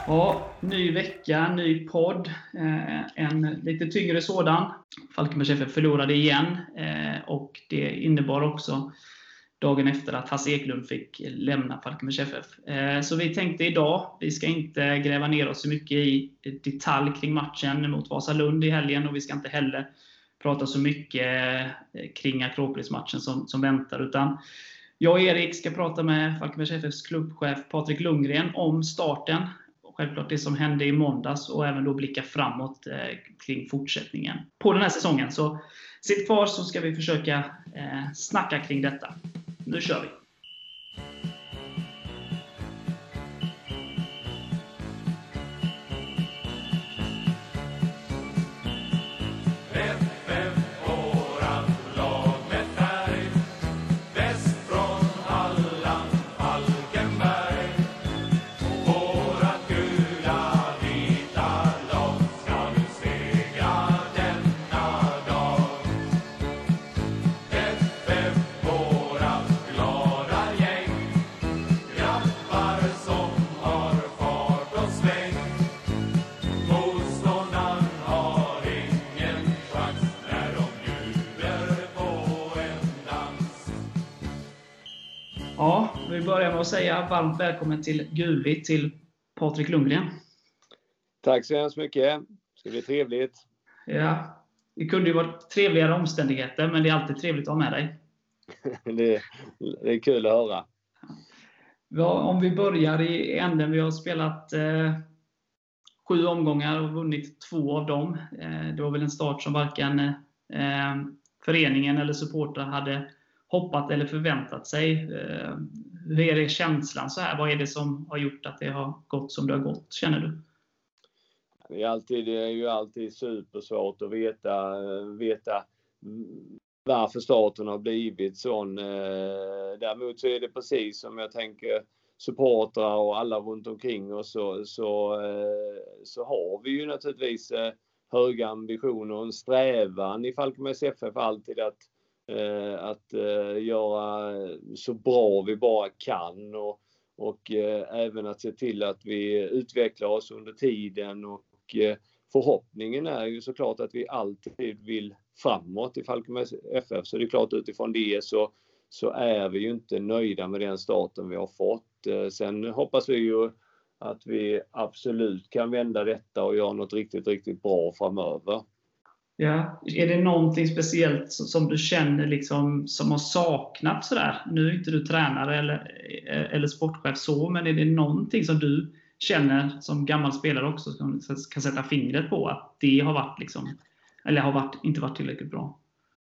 Ja, ny vecka, ny podd. En lite tyngre sådan. Falkenbergs FF förlorade igen. Och det innebar också dagen efter att Hasse Eklund fick lämna Falkenbergs FF. Så vi tänkte idag, vi ska inte gräva ner oss så mycket i detalj kring matchen mot Vasalund i helgen. Och vi ska inte heller prata så mycket kring Akropolis-matchen som väntar. Utan jag och Erik ska prata med Falkenbergs FFs klubbchef Patrik Lundgren om starten. Självklart det som hände i måndags och även då blicka framåt kring fortsättningen på den här säsongen. Så sitt kvar så ska vi försöka snacka kring detta. Nu kör vi! Ja, vi börjar med att säga varmt välkommen till Gulvitt, till Patrik Lundgren. Tack så hemskt mycket. Det ska bli trevligt. Ja, det kunde ju varit trevligare omständigheter, men det är alltid trevligt att ha med dig. det är kul att höra. Ja, om vi börjar i änden. Vi har spelat 7 omgångar och vunnit 2 av dem. Det var väl en start som varken föreningen eller supportrar hade hoppat eller förväntat sig. Hur är det känslan så här? Vad är det som har gjort att det har gått som det har gått, känner du? Det är ju alltid supersvårt att veta varför starten har blivit sån. Däremot så är det precis som jag tänker supportrar och alla runt omkring och så har vi ju naturligtvis höga ambitioner och en strävan i Falkenbergs FF alltid att göra så bra vi bara kan och även att se till att vi utvecklar oss under tiden och förhoppningen är ju såklart att vi alltid vill framåt i Falkenbergs FF, så det är klart utifrån det så är vi ju inte nöjda med den starten vi har fått. Sen hoppas vi ju att vi absolut kan vända detta och göra något riktigt, riktigt bra framöver. Ja, är det någonting speciellt som du känner liksom, som har saknats sådär? Nu är inte du tränare eller sportchef så, men är det någonting som du känner som gammal spelare också som kan sätta fingret på att det har varit liksom, eller inte varit tillräckligt bra?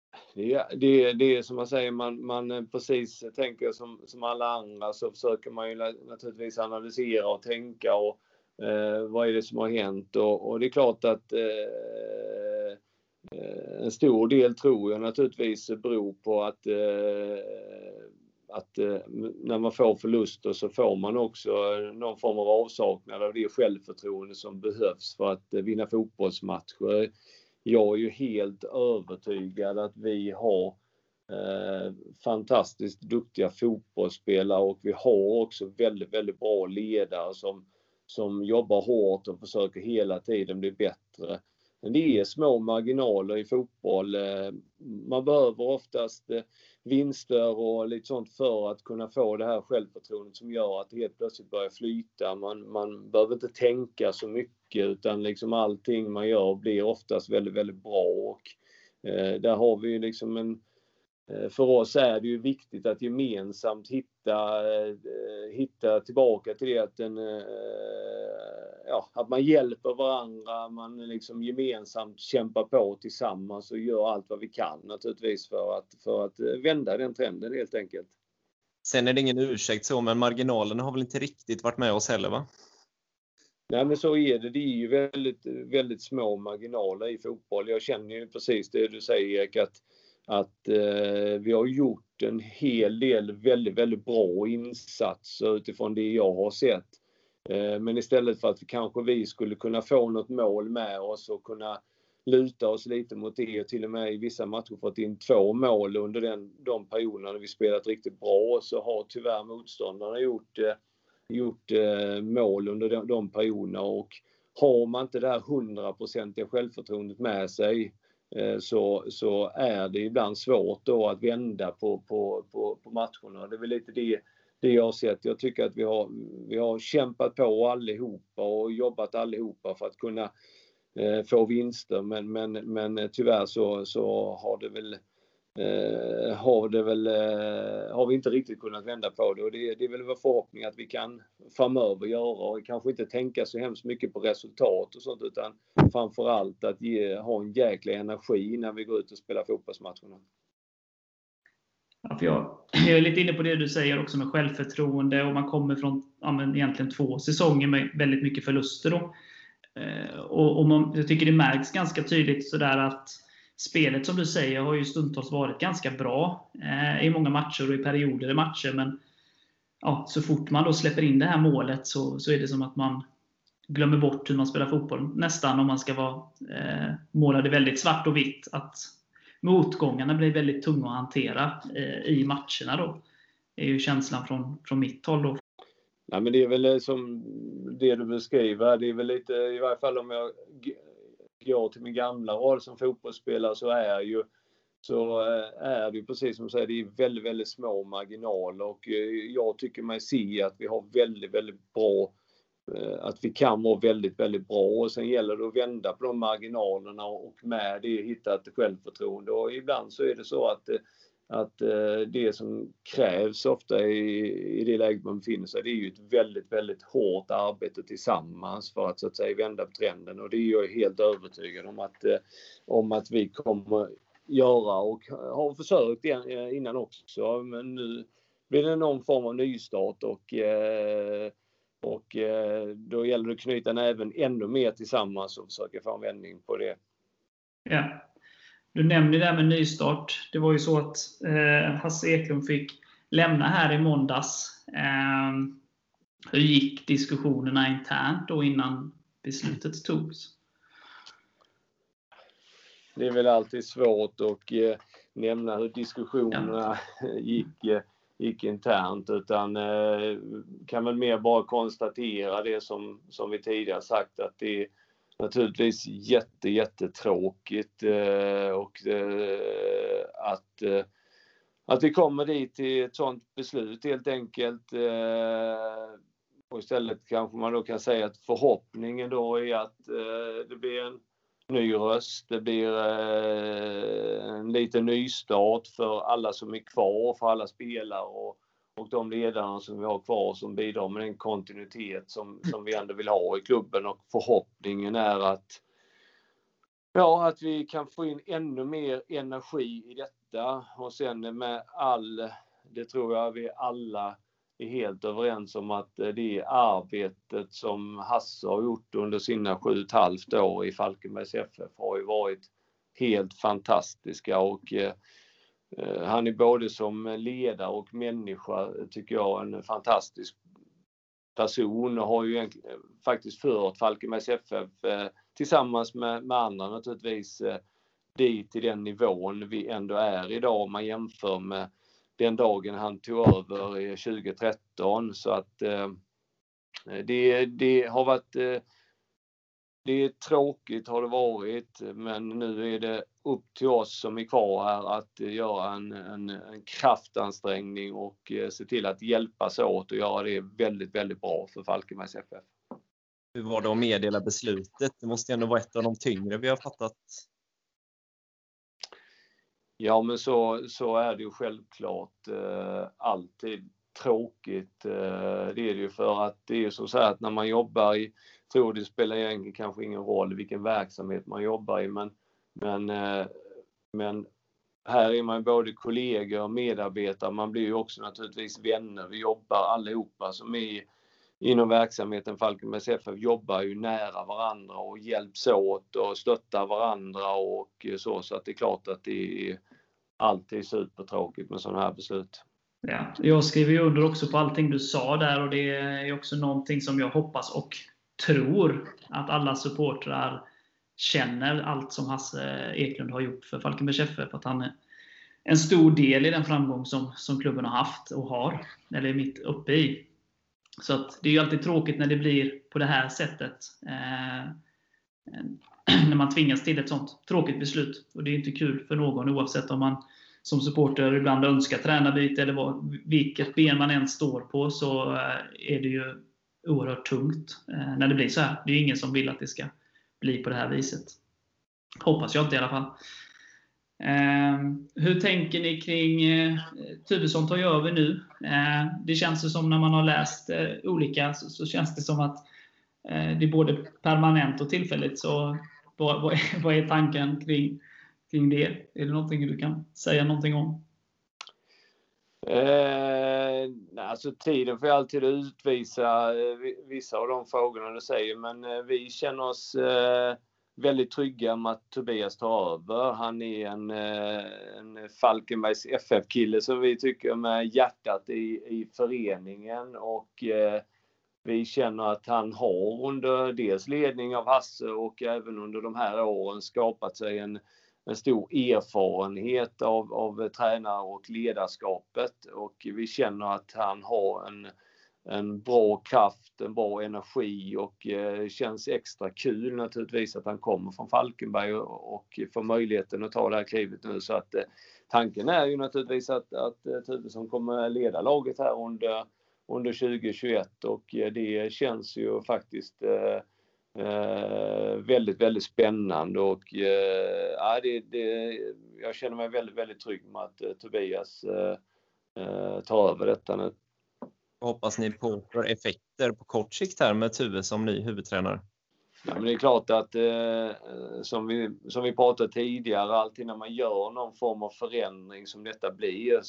Det är som man säger, man precis tänker som alla andra, så försöker man ju naturligtvis analysera och tänka och vad är det som har hänt och det är klart att en stor del tror jag naturligtvis beror på att när man får förluster så får man också någon form av avsaknad av det självförtroende som behövs för att vinna fotbollsmatcher. Jag är ju helt övertygad att vi har fantastiskt duktiga fotbollsspelare och vi har också väldigt, väldigt bra ledare som jobbar hårt och försöker hela tiden bli bättre. Men det är små marginaler i fotboll. Man behöver oftast vinster och lite sånt för att kunna få det här självförtroendet som gör att det helt plötsligt börjar flyta. Man behöver inte tänka så mycket utan liksom allting man gör blir oftast väldigt, väldigt bra. Och där har vi ju liksom för oss är det ju viktigt att gemensamt hitta tillbaka till det att man hjälper varandra, man liksom gemensamt kämpar på tillsammans och gör allt vad vi kan naturligtvis för att vända den trenden helt enkelt. Sen är det ingen ursäkt så, men marginalerna har väl inte riktigt varit med oss heller, va? Nej, men så är det. Det är ju väldigt, väldigt små marginaler i fotboll. Jag känner ju precis det du säger, Erik, att vi har gjort en hel del väldigt, väldigt bra insatser utifrån det jag har sett. Men istället för att vi skulle kunna få något mål med oss och kunna luta oss lite mot det och till och med i vissa matcher fått in 2 mål under de perioderna vi spelat riktigt bra, så har tyvärr motståndarna gjort gjort mål under de perioderna, och har man inte det här 100% självförtroendet med sig så är det ibland svårt då att vända på matcherna. Det är väl lite det jag har sett. Jag tycker att vi har kämpat på allihopa och jobbat allihopa för att kunna få vinster, men tyvärr så har vi inte riktigt kunnat vända på det, och det är väl vår förhoppning att vi kan framöver göra, och kanske inte tänka så hemskt mycket på resultat och sånt, utan framförallt att ha en jäkla energi när vi går ut och spelar fotbollsmatcherna. Ja, för jag är lite inne på det du säger också med självförtroende, och man kommer från egentligen 2 säsonger med väldigt mycket förluster då. Jag tycker det märks ganska tydligt sådär att spelet, som du säger, har ju stundtals varit ganska bra i många matcher och i perioder i matcher, men ja, så fort man då släpper in det här målet så är det som att man glömmer bort hur man spelar fotboll, nästan, om man ska vara måla det väldigt svart och vitt, att motgångarna blir väldigt tunga att hantera i matcherna då. Det är ju känslan från mitt håll då. Nej, men det är väl som det du beskriver, det är väl lite, i varje fall om jag går till min gamla roll som fotbollsspelare, så är det ju precis som du säger, det är väldigt, väldigt små marginaler, och jag tycker mig se att vi har väldigt, väldigt bra, att vi kan vara väldigt, väldigt bra, och sen gäller det att vända på de marginalerna och med det hitta ett självförtroende, och ibland så är det så att det som krävs ofta i det läget man befinner sig, det är ju ett väldigt, väldigt hårt arbete tillsammans för att så att säga vända på trenden, och det är jag helt övertygad om att vi kommer göra, och har försökt innan också, men nu blir det någon form av nystart, och då gäller det att knyta näven ännu mer tillsammans och försöka få en vändning på det. Ja. Du nämnde det där med nystart. Det var ju så att Hasse Eklund fick lämna här i måndags. Hur gick diskussionerna internt då innan beslutet togs? Det är väl alltid svårt att nämna hur diskussionerna gick internt, utan kan väl mer bara konstatera det som vi tidigare sagt, att det är naturligtvis jättetråkigt, och att vi kommer dit till ett sånt beslut helt enkelt, och istället kanske man då kan säga att förhoppningen då är att det blir en ny röst, det blir en liten nystart för alla som är kvar, för alla spelare och de ledarna som vi har kvar, som bidrar med den kontinuitet som vi ändå vill ha i klubben, och förhoppningen är att vi kan få in ännu mer energi i detta, och sen med det tror jag vi alla är helt överens om, att det arbetet som Hasse har gjort under sina 7,5 år i Falkenbergs FF har ju varit helt fantastiska, och han är både som ledare och människa, tycker jag, en fantastisk person, och har ju faktiskt fört Falkenbergs FF tillsammans med andra naturligtvis dit till den nivån vi ändå är idag, om man jämför med den dagen han tog över i 2013. Så att det har varit det är tråkigt, har det varit, men nu är det upp till oss som är kvar här att göra en kraftansträngning och se till att hjälpas åt och göra det väldigt, väldigt bra för Falkenbergs FF. Hur var det att meddela beslutet? Det måste ändå vara ett av de tyngre vi har fattat. Ja, men så är det ju självklart alltid tråkigt. Det är det ju, för att det är ju så att när man jobbar i, tror det spelar egentligen kanske ingen roll vilken verksamhet man jobbar i, men här är man både kollegor och medarbetare, man blir ju också naturligtvis vänner. Vi jobbar allihopa som är inom verksamheten Falkenbergs FF, jobbar ju nära varandra och hjälps åt och stöttar varandra och så att det är klart att det är alltid supertråkigt med sådana här beslut. Ja, jag skriver ju under också på allting du sa där, och det är också någonting som jag hoppas och tror att alla supportrar känner, allt som Hasse Eklund har gjort för Falkenbergs FF, att han är en stor del i den framgång som klubben har haft och har, eller är mitt uppe i. Så att det är ju alltid tråkigt när det blir på det här sättet. När man tvingas till ett sånt tråkigt beslut. Och det är inte kul för någon, oavsett om man som supporter ibland önskar tränarbyte eller vilket ben man än står på, så är det ju oerhört tungt när det blir så här. Det är ju ingen som vill att det ska bli på det här viset. Hoppas jag inte i alla fall. Hur tänker ni kring Tuvesson tar ju över nu? Det känns ju som, när man har läst olika, så känns det som att det är både permanent och tillfälligt. Så vad är tanken kring det? Är det någonting du kan säga någonting om? Alltså tiden får alltid utvisa vissa av de frågorna du säger, men vi känner oss väldigt trygga med att Tobias tar över. Han är en Falkenbergs FF-kille som vi tycker med hjärtat i föreningen, och vi känner att han har under dels ledning av Hasse och även under de här åren skapat sig en stor erfarenhet av tränare och ledarskapet, och vi känner att han har en bra kraft, en bra energi, och det känns extra kul naturligtvis att han kommer från Falkenberg och får möjligheten att ta det här klivet nu. Så att tanken är ju naturligtvis att Tuvesson kommer leda laget här under 2021, och det känns ju faktiskt väldigt, väldigt spännande, och jag känner mig väldigt, väldigt trygg med att Tobias tar över detta nu. Vad hoppas ni på för effekter på kort sikt här med Tuve som ny huvudtränare? Ja, men det är klart att som vi pratade tidigare, alltid när man gör någon form av förändring som detta blir,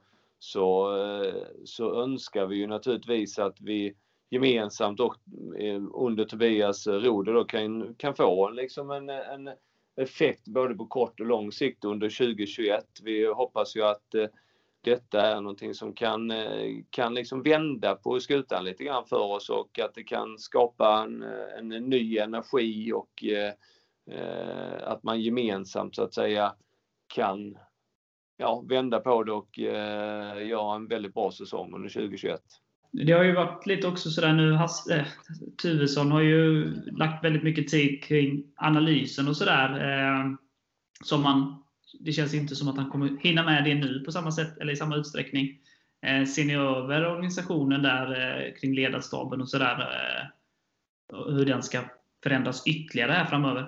så önskar vi ju naturligtvis att vi gemensamt och under Tobias roder då kan få liksom en effekt både på kort och lång sikt under 2021. Vi hoppas ju att detta är någonting som kan liksom vända på skutan lite grann för oss, och att det kan skapa en ny energi, och att man gemensamt så att säga kan vända på det och göra en väldigt bra säsong under 2021. Det har ju varit lite också sådär nu, Tuvesson har ju lagt väldigt mycket tid kring analysen och sådär. Det känns inte som att han kommer hinna med det nu på samma sätt eller i samma utsträckning. Ser ni över organisationen där kring ledarstaben och sådär, hur den ska förändras ytterligare här framöver?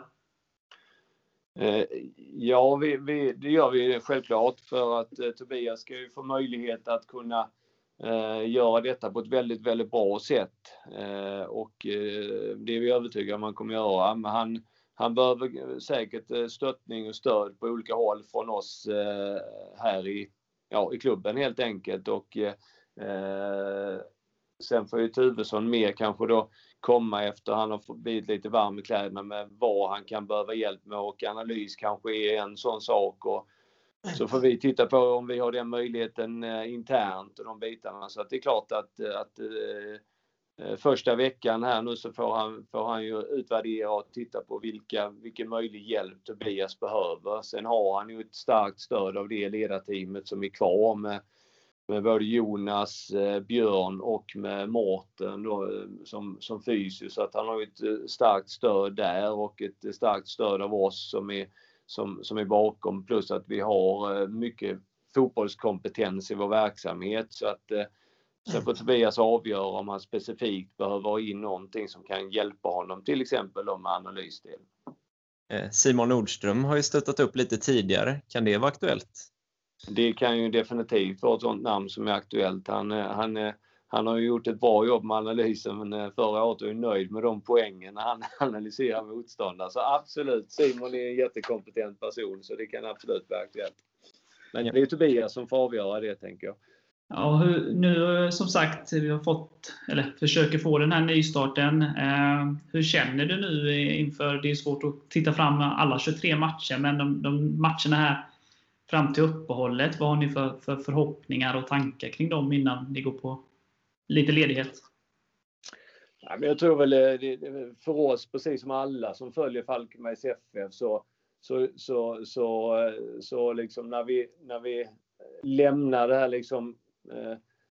Ja, det gör vi självklart, för att Tobias ska ju få möjlighet att kunna göra detta på ett väldigt, väldigt bra sätt, och det är vi övertygade om man kommer göra. Men han behöver säkert stöttning och stöd på olika håll från oss här i klubben helt enkelt, och sen får ju Tuvesson mer kanske då komma efter han har blivit lite varm i kläderna med vad han kan behöva hjälp med, och analys kanske är en sån sak, och så får vi titta på om vi har den möjligheten internt och de bitarna. Så att det är klart att första veckan här nu så får han ju utvärdera och titta på vilken möjlig hjälp Tobias behöver. Sen har han ju ett starkt stöd av det ledarteamet som är kvar med både Jonas, Björn och med Mårten då, som fysio. Så att han har ett starkt stöd där, och ett starkt stöd av oss som är bakom, plus att vi har mycket fotbollskompetens i vår verksamhet. Så att sen får Tobias avgöra om han specifikt behöver ha in någonting som kan hjälpa honom, till exempel med analysdel. Simon Nordström har ju stöttat upp lite tidigare. Kan det vara aktuellt? Det kan ju definitivt vara ett sånt namn som är aktuellt. Han har ju gjort ett bra jobb med analysen, men förra året är jag nöjd med de poängen när han analyserar motståndare. Så absolut, Simon är en jättekompetent person, så det kan absolut vara aktuellt. Men det är Tobias som får avgöra det, tänker jag. Ja, nu som sagt, vi har försöker få den här nystarten. Hur känner du nu inför, det är svårt att titta fram alla 23 matcher, men de matcherna här fram till uppehållet, vad har ni för förhoppningar och tankar kring dem innan ni går på lite ledighet? Ja, men jag tror väl för oss, precis som alla som följer Falkenbergs FF, så liksom när vi lämnar det här liksom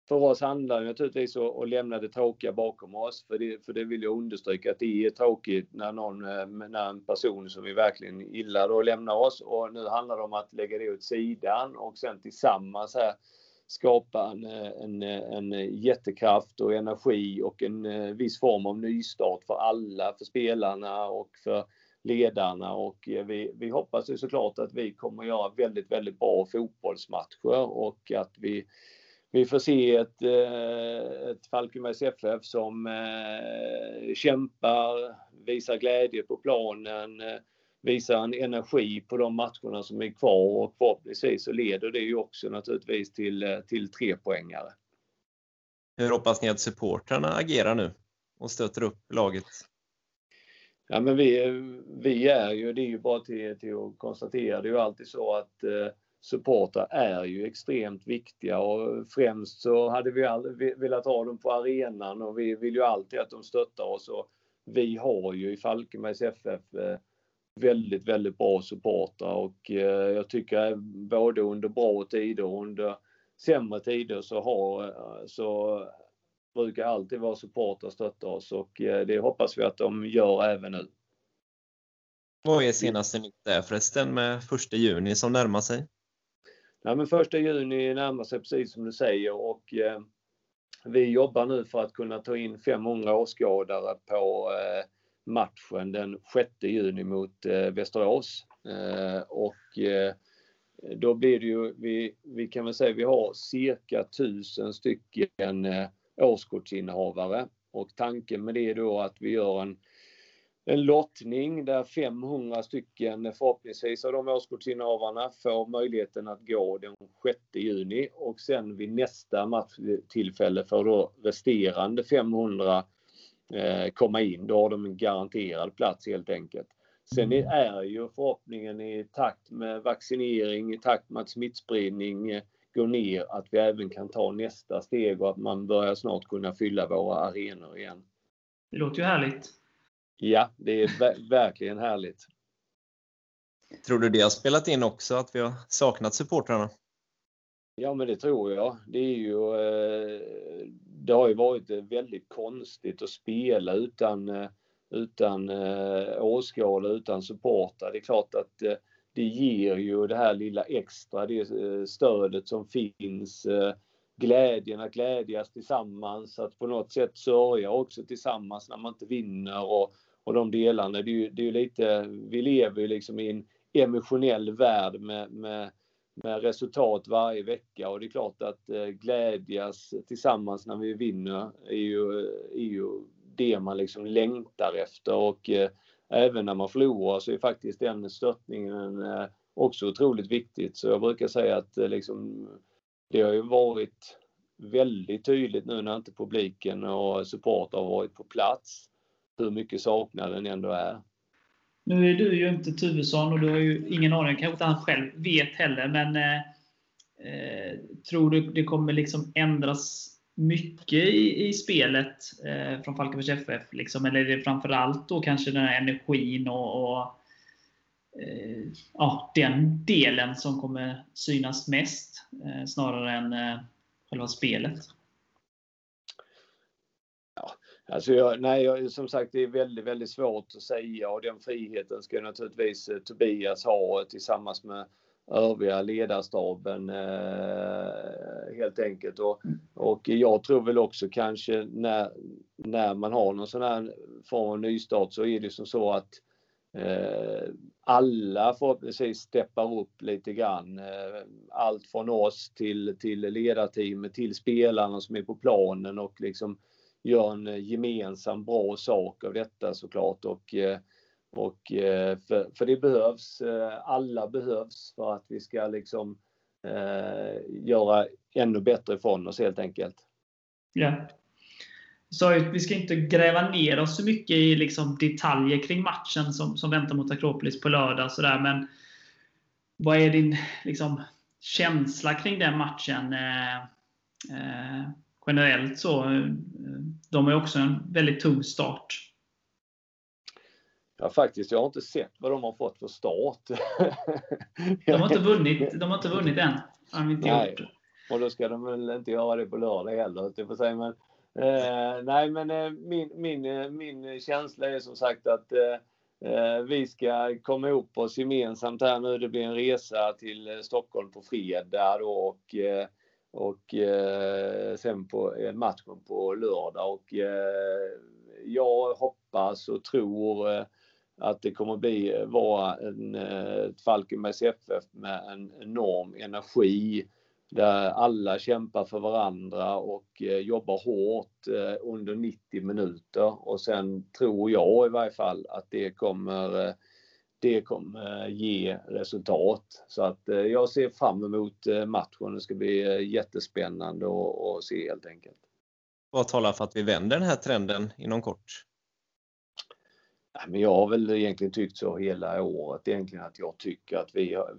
för oss handlar det naturligtvis att lämna det tråkiga bakom oss. För det vill jag understryka att det är tråkigt när en person som vi verkligen gillar då lämnar oss. Och nu handlar det om att lägga det åt sidan och sen tillsammans här skapa en jättekraft och energi och en viss form av nystart för alla, för spelarna och för ledarna. Och vi hoppas ju såklart att vi kommer göra väldigt, väldigt bra fotbollsmatcher och att vi får se ett Falkenbergs FF som kämpar, visar glädje på planen, visar en energi på de matcherna som är kvar och förhoppningsvis så leder det ju också naturligtvis till 3-poängare. Hur hoppas ni att supportrarna agerar nu och stöter upp laget? Ja, men vi är ju, det är ju bara till att konstatera, det är ju alltid så att supportrar är ju extremt viktiga och främst så hade vi aldrig velat ha dem på arenan och vi vill ju alltid att de stöttar oss och vi har ju i Falkenbergs FF väldigt, väldigt bra supportrar och jag tycker både under bra tider och under sämre tider så brukar alltid vara supportrar stötta oss och det hoppas vi att de gör även nu. Vad är senaste nytt där förresten med 1 juni som närmar sig? Ja, men 1 juni närmar sig precis som du säger och vi jobbar nu för att kunna ta in 500 åskådare på matchen den 6 juni mot Västerås. Och då blir det ju, vi kan väl säga vi har cirka 1000 stycken årskortsinnehavare och tanken med det är då att vi gör en lottning där 500 stycken förhoppningsvis av de årskortsinnehavarna får möjligheten att gå den 6 juni och sen vid nästa matchtillfälle får då resterande 500 komma in. Då har de en garanterad plats helt enkelt. Sen är ju förhoppningen i takt med vaccinering, i takt med att smittspridning går ner att vi även kan ta nästa steg och att man börjar snart kunna fylla våra arenor igen. Det låter ju härligt. Ja, det är verkligen härligt. Tror du det har spelat in också att vi har saknat supportrarna? Ja, men det tror jag. Det är ju det har ju varit väldigt konstigt att spela utan åskådare, utan supportrar. Det är klart att det ger ju det här lilla extra, det stödet som finns, glädjen att glädjas tillsammans, att på något sätt sörja också tillsammans när man inte vinner och de delarna. Det är ju lite, vi lever ju liksom i en emotionell värld med resultat varje vecka och det är klart att glädjas tillsammans när vi vinner är ju det man liksom längtar efter och även när man förlorar så är faktiskt den stöttningen också otroligt viktigt. Så jag brukar säga att liksom, det har ju varit väldigt tydligt nu när inte publiken och support har varit på plats hur mycket saknaden ändå är. Nu är du ju inte Tuvesson och du har ju ingen aning, kanske inte han själv vet heller, men tror du det kommer liksom ändras mycket i spelet från Falkenbergs FF? Liksom, eller är det framförallt då kanske den här energin och den delen som kommer synas mest snarare än själva spelet? Alltså som sagt det är väldigt, väldigt svårt att säga och den friheten ska naturligtvis Tobias ha tillsammans med övriga ledarstaben helt enkelt. Och jag tror väl också kanske när man har någon sån här form av nystart så är det som så att alla förhoppningsvis steppar upp lite grann. Allt från oss till ledarteamet, till spelarna som är på planen och liksom gör en gemensam bra sak av detta såklart och för det behövs, alla behövs för att vi ska liksom göra ännu bättre från oss helt enkelt. Ja. Så vi ska inte gräva ner oss så mycket i liksom detaljer kring matchen som väntar mot Akropolis på lördag så där, men vad är din liksom känsla kring den matchen generellt så? De har också en väldigt tung start. Ja, faktiskt, jag har inte sett vad de har fått för start. De har inte vunnit än. Har de inte gjort. Och då ska de väl inte göra det på lördag heller. Det får säga. Men, nej, men min känsla är som sagt att vi ska komma ihop oss gemensamt här nu. Det blir en resa till Stockholm på fredag då, och sen på matchen på lördag. Och jag hoppas och tror att det kommer vara ett Falkenbergs FF med en enorm energi där alla kämpar för varandra och jobbar hårt under 90 minuter. Och sen tror jag i varje fall att det kommer ge resultat. Så att jag ser fram emot matchen. Det ska bli jättespännande att se helt enkelt. Vad talar för att vi vänder den här trenden inom kort? Men jag har väl egentligen tyckt så hela året. Egentligen att jag tycker att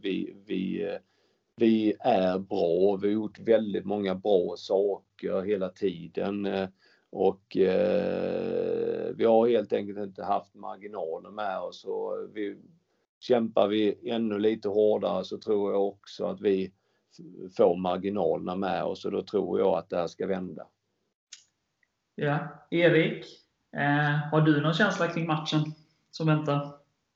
vi är bra. Vi har gjort väldigt många bra saker hela tiden. Och vi har helt enkelt inte haft marginaler med oss. Och kämpar vi ännu lite hårdare så tror jag också att vi får marginalerna med oss. Och då tror jag att det här ska vända. Ja, Erik, har du någon känsla kring matchen som väntar?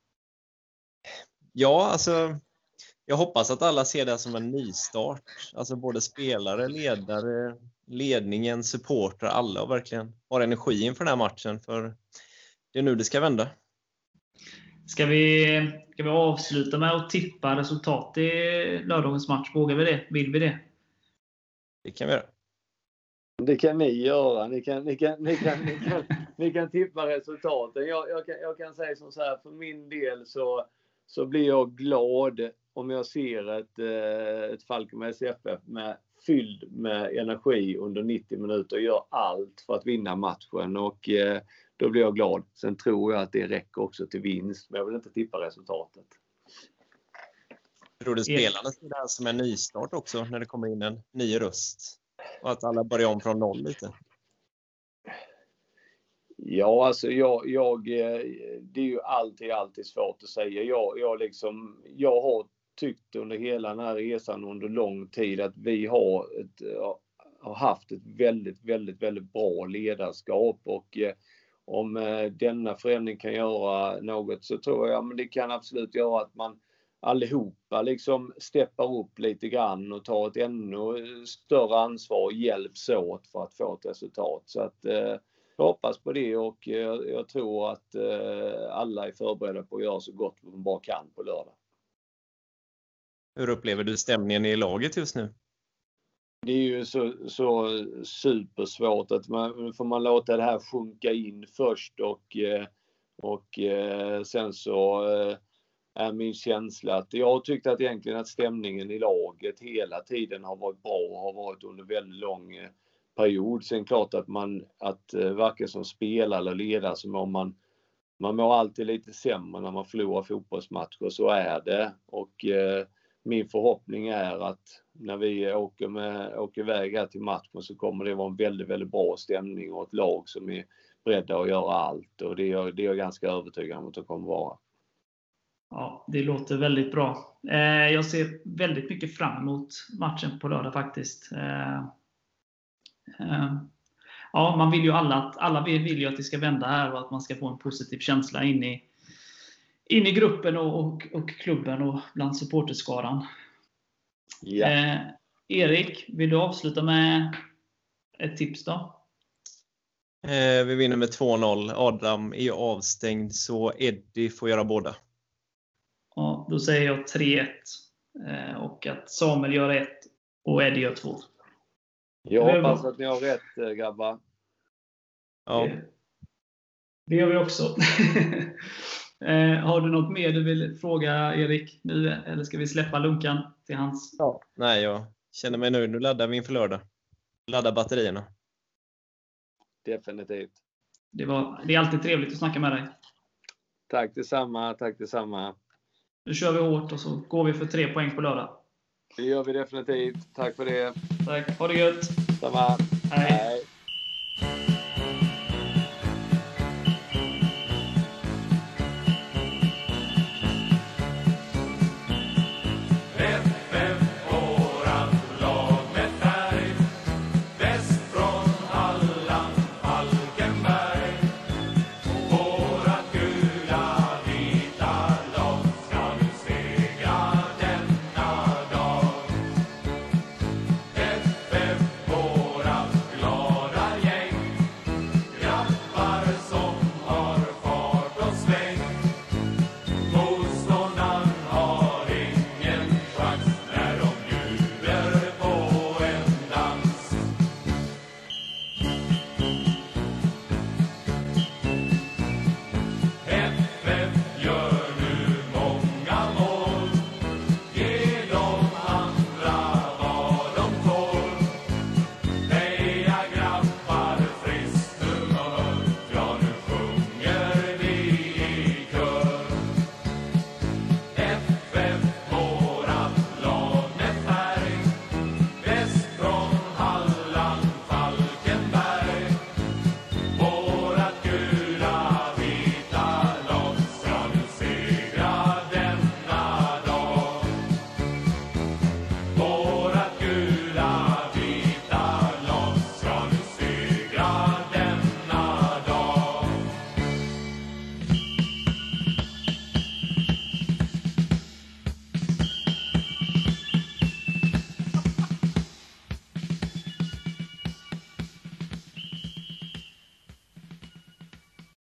Ja, alltså jag hoppas att alla ser det som en nystart. Alltså både spelare, ledare, ledningen, supportrar, alla och verkligen har energi inför den här matchen. För det är nu det ska vända. Ska vi avsluta med att tippa resultat i lördagens match? Vågar vi det? Vill vi det? Det kan vi göra. Det kan ni göra. Ni kan tippa resultaten. Jag kan säga som så här, för min del så blir jag glad om jag ser ett Falkenbergs FF fylld med energi under 90 minuter och gör allt för att vinna matchen. Och då blir jag glad. Sen tror jag att det räcker också till vinst. Men jag vill inte tippa resultatet. Tror du spelarna ser det här som en nystart också när det kommer in en ny röst? Och att alla börjar om från noll lite? Ja, alltså det är ju alltid svårt att säga. Jag har tyckt under hela den här resan under lång tid att vi har haft ett väldigt, väldigt, väldigt bra ledarskap. Och om denna förändring kan göra något så tror jag, men det kan absolut göra att man allihopa liksom steppar upp lite grann och tar ett ännu större ansvar och hjälps åt för att få ett resultat. Så att jag hoppas på det, och jag tror att alla är förberedda på att göra så gott de bara kan på lördag. Hur upplever du stämningen i laget just nu? Det är ju så supersvårt att man låta det här sjunka in först och sen så är min känsla att jag tyckte att egentligen att stämningen i laget hela tiden har varit bra och har varit under väldigt lång period. Sen klart att varken som spelare eller ledare så man mår alltid lite sämre när man förlorar fotbollsmatcher, så är det. Och min förhoppning är att när vi åker iväg här till matchen så kommer det vara en väldigt, väldigt bra stämning och ett lag som är beredda att göra allt. Och det är jag ganska övertygad om att det kommer vara. Ja, det låter väldigt bra. Jag ser väldigt mycket fram emot matchen på lördag faktiskt. Ja, man vill ju alla vill ju att det ska vända här och att man ska få en positiv känsla in i gruppen och klubben och bland supporterskaran. Ja. Erik, vill du avsluta med ett tips då? Vi vinner med 2-0. Adam är avstängd så Eddie får göra båda. Ja, då säger jag 3-1 och att Samuel gör 1 och Eddie gör 2. Jag hoppas att ni har rätt, grabbar. Ja. Det gör vi också. Har du något mer du vill fråga Erik nu, eller ska vi släppa lunkan till hans? Ja. Nej, jag känner mig nöjd. Nu laddar vi inför lördag. Ladda batterierna. Definitivt. Det är alltid trevligt att snacka med dig. Tack detsamma. Nu kör vi hårt och så går vi för 3 poäng på lördag. Det gör vi definitivt. Tack för det. Tack. Ha det gött. Samma. Hej.